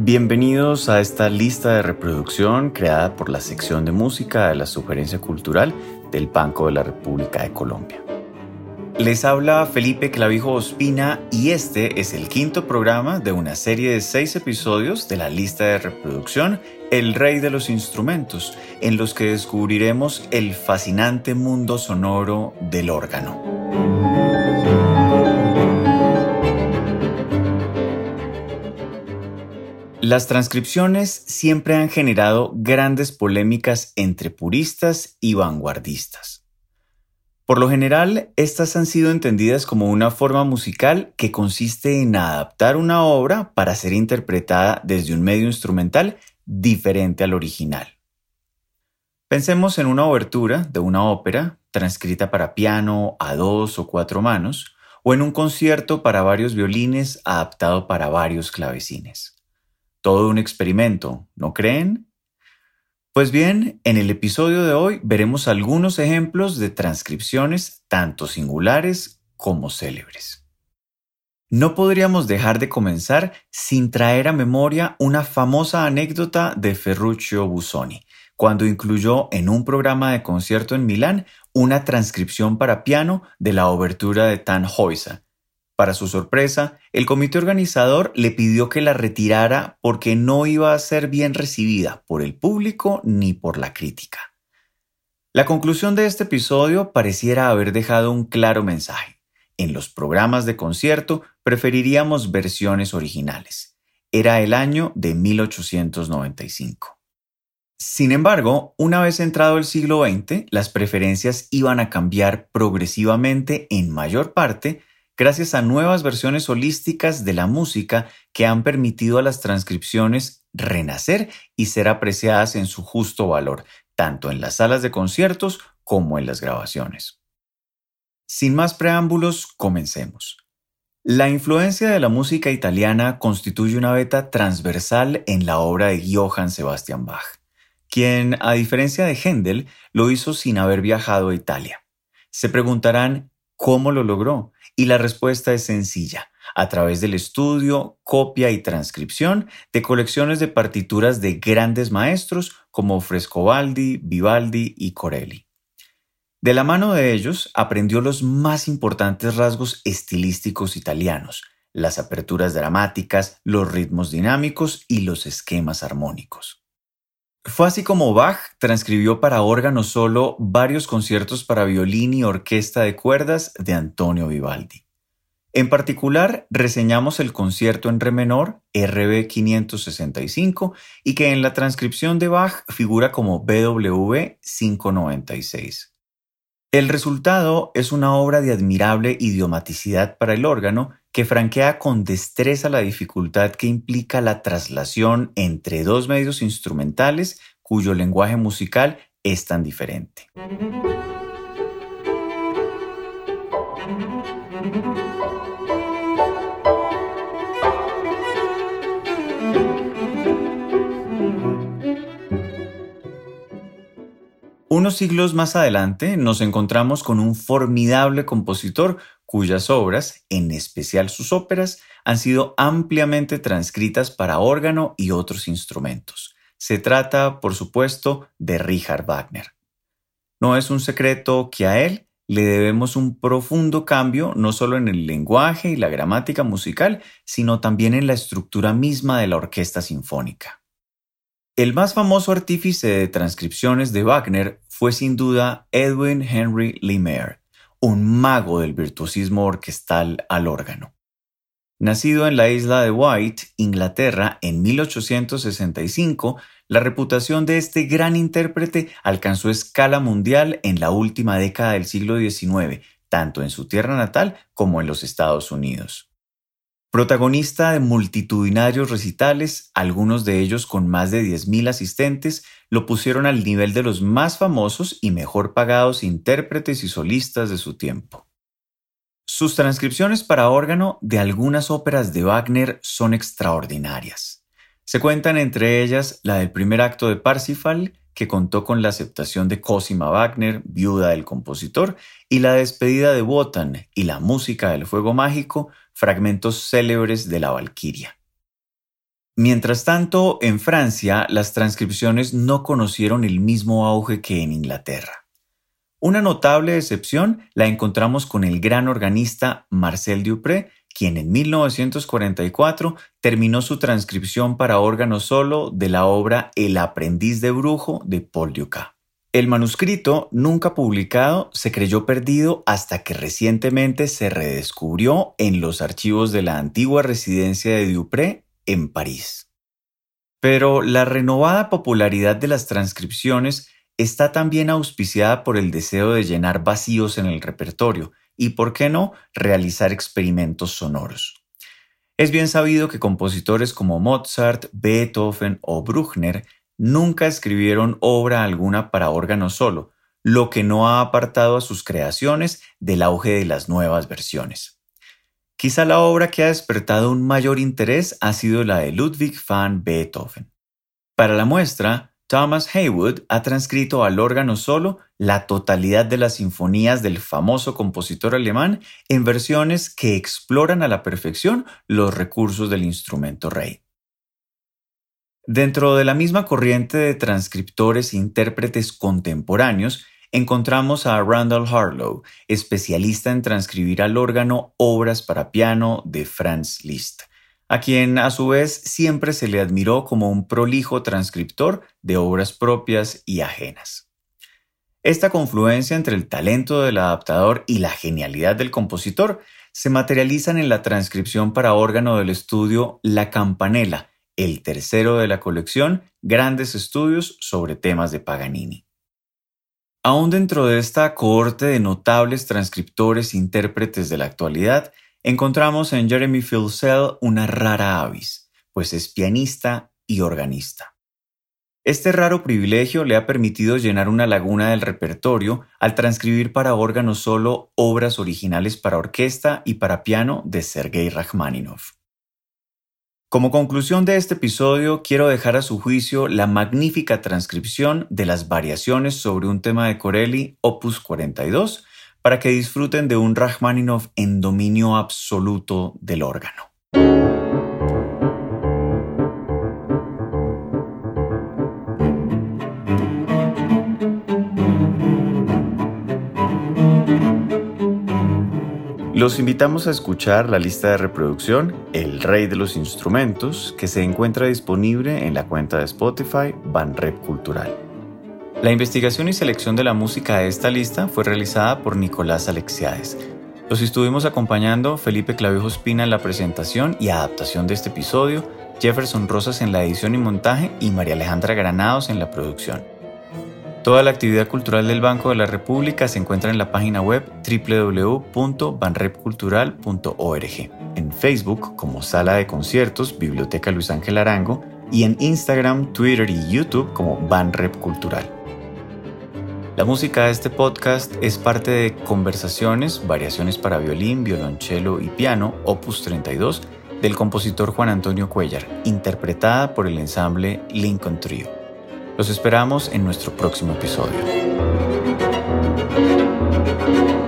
Bienvenidos a esta lista de reproducción creada por la sección de música de la Sugerencia Cultural del Banco de la República de Colombia. Les habla Felipe Clavijo Ospina y este es el quinto programa de una serie de 6 episodios de la lista de reproducción El Rey de los Instrumentos, en los que descubriremos el fascinante mundo sonoro del órgano. Las transcripciones siempre han generado grandes polémicas entre puristas y vanguardistas. Por lo general, estas han sido entendidas como una forma musical que consiste en adaptar una obra para ser interpretada desde un medio instrumental diferente al original. Pensemos en una obertura de una ópera, transcrita para piano a 2 o 4 manos, o en un concierto para varios violines adaptado para varios clavecines. Todo un experimento, ¿no creen? Pues bien, en el episodio de hoy veremos algunos ejemplos de transcripciones tanto singulares como célebres. No podríamos dejar de comenzar sin traer a memoria una famosa anécdota de Ferruccio Busoni, cuando incluyó en un programa de concierto en Milán una transcripción para piano de la obertura de Tannhäuser. Para su sorpresa, el comité organizador le pidió que la retirara porque no iba a ser bien recibida por el público ni por la crítica. La conclusión de este episodio pareciera haber dejado un claro mensaje. En los programas de concierto preferiríamos versiones originales. Era el año de 1895. Sin embargo, una vez entrado el siglo XX, las preferencias iban a cambiar progresivamente en mayor parte gracias a nuevas versiones holísticas de la música que han permitido a las transcripciones renacer y ser apreciadas en su justo valor, tanto en las salas de conciertos como en las grabaciones. Sin más preámbulos, comencemos. La influencia de la música italiana constituye una veta transversal en la obra de Johann Sebastian Bach, quien, a diferencia de Händel, lo hizo sin haber viajado a Italia. Se preguntarán, ¿cómo lo logró? Y la respuesta es sencilla, a través del estudio, copia y transcripción de colecciones de partituras de grandes maestros como Frescobaldi, Vivaldi y Corelli. De la mano de ellos aprendió los más importantes rasgos estilísticos italianos, las aperturas dramáticas, los ritmos dinámicos y los esquemas armónicos. Fue así como Bach transcribió para órgano solo varios conciertos para violín y orquesta de cuerdas de Antonio Vivaldi. En particular, reseñamos el concierto en re menor, RB 565, y que en la transcripción de Bach figura como BWV 596. El resultado es una obra de admirable idiomaticidad para el órgano que franquea con destreza la dificultad que implica la traslación entre dos medios instrumentales cuyo lenguaje musical es tan diferente. Unos siglos más adelante nos encontramos con un formidable compositor cuyas obras, en especial sus óperas, han sido ampliamente transcritas para órgano y otros instrumentos. Se trata, por supuesto, de Richard Wagner. No es un secreto que a él le debemos un profundo cambio no solo en el lenguaje y la gramática musical, sino también en la estructura misma de la orquesta sinfónica. El más famoso artífice de transcripciones de Wagner fue sin duda Edwin Henry Lemaire, un mago del virtuosismo orquestal al órgano. Nacido en la isla de Wight, Inglaterra, en 1865, la reputación de este gran intérprete alcanzó escala mundial en la última década del siglo XIX, tanto en su tierra natal como en los Estados Unidos. Protagonista de multitudinarios recitales, algunos de ellos con más de 10.000 asistentes, lo pusieron al nivel de los más famosos y mejor pagados intérpretes y solistas de su tiempo. Sus transcripciones para órgano de algunas óperas de Wagner son extraordinarias. Se cuentan entre ellas la del primer acto de Parsifal, que contó con la aceptación de Cosima Wagner, viuda del compositor, y la despedida de Wotan y la música del fuego mágico, fragmentos célebres de la Valquiria. Mientras tanto, en Francia, las transcripciones no conocieron el mismo auge que en Inglaterra. Una notable excepción la encontramos con el gran organista Marcel Dupré, quien en 1944 terminó su transcripción para órgano solo de la obra El aprendiz de brujo de Paul Dukas. El manuscrito, nunca publicado, se creyó perdido hasta que recientemente se redescubrió en los archivos de la antigua residencia de Dupré en París. Pero la renovada popularidad de las transcripciones está también auspiciada por el deseo de llenar vacíos en el repertorio y, por qué no, realizar experimentos sonoros. Es bien sabido que compositores como Mozart, Beethoven o Bruckner nunca escribieron obra alguna para órgano solo, lo que no ha apartado a sus creaciones del auge de las nuevas versiones. Quizá la obra que ha despertado un mayor interés ha sido la de Ludwig van Beethoven. Para la muestra, Thomas Heywood ha transcrito al órgano solo la totalidad de las sinfonías del famoso compositor alemán en versiones que exploran a la perfección los recursos del instrumento rey. Dentro de la misma corriente de transcriptores e intérpretes contemporáneos, encontramos a Randall Harlow, especialista en transcribir al órgano obras para piano de Franz Liszt, a quien a su vez siempre se le admiró como un prolijo transcriptor de obras propias y ajenas. Esta confluencia entre el talento del adaptador y la genialidad del compositor se materializan en la transcripción para órgano del estudio La Campanella, el tercero de la colección Grandes Estudios sobre temas de Paganini. Aún dentro de esta cohorte de notables transcriptores e intérpretes de la actualidad, encontramos en Jeremy Filsell una rara avis, pues es pianista y organista. Este raro privilegio le ha permitido llenar una laguna del repertorio al transcribir para órgano solo obras originales para orquesta y para piano de Sergei Rachmaninoff. Como conclusión de este episodio, quiero dejar a su juicio la magnífica transcripción de las variaciones sobre un tema de Corelli, Opus 42, para que disfruten de un Rachmaninoff en dominio absoluto del órgano. Los invitamos a escuchar la lista de reproducción El Rey de los Instrumentos, que se encuentra disponible en la cuenta de Spotify Banrep Cultural. La investigación y selección de la música de esta lista fue realizada por Nicolás Alexiades. Los estuvimos acompañando Felipe Clavijo Espina en la presentación y adaptación de este episodio, Jefferson Rosas en la edición y montaje y María Alejandra Granados en la producción. Toda la actividad cultural del Banco de la República se encuentra en la página web www.banrepcultural.org, en Facebook como Sala de Conciertos Biblioteca Luis Ángel Arango y en Instagram, Twitter y YouTube como Banrep Cultural. La música de este podcast es parte de Conversaciones, variaciones para violín, violonchelo y piano, Opus 32, del compositor Juan Antonio Cuellar, interpretada por el ensamble Lincoln Trio. Los esperamos en nuestro próximo episodio.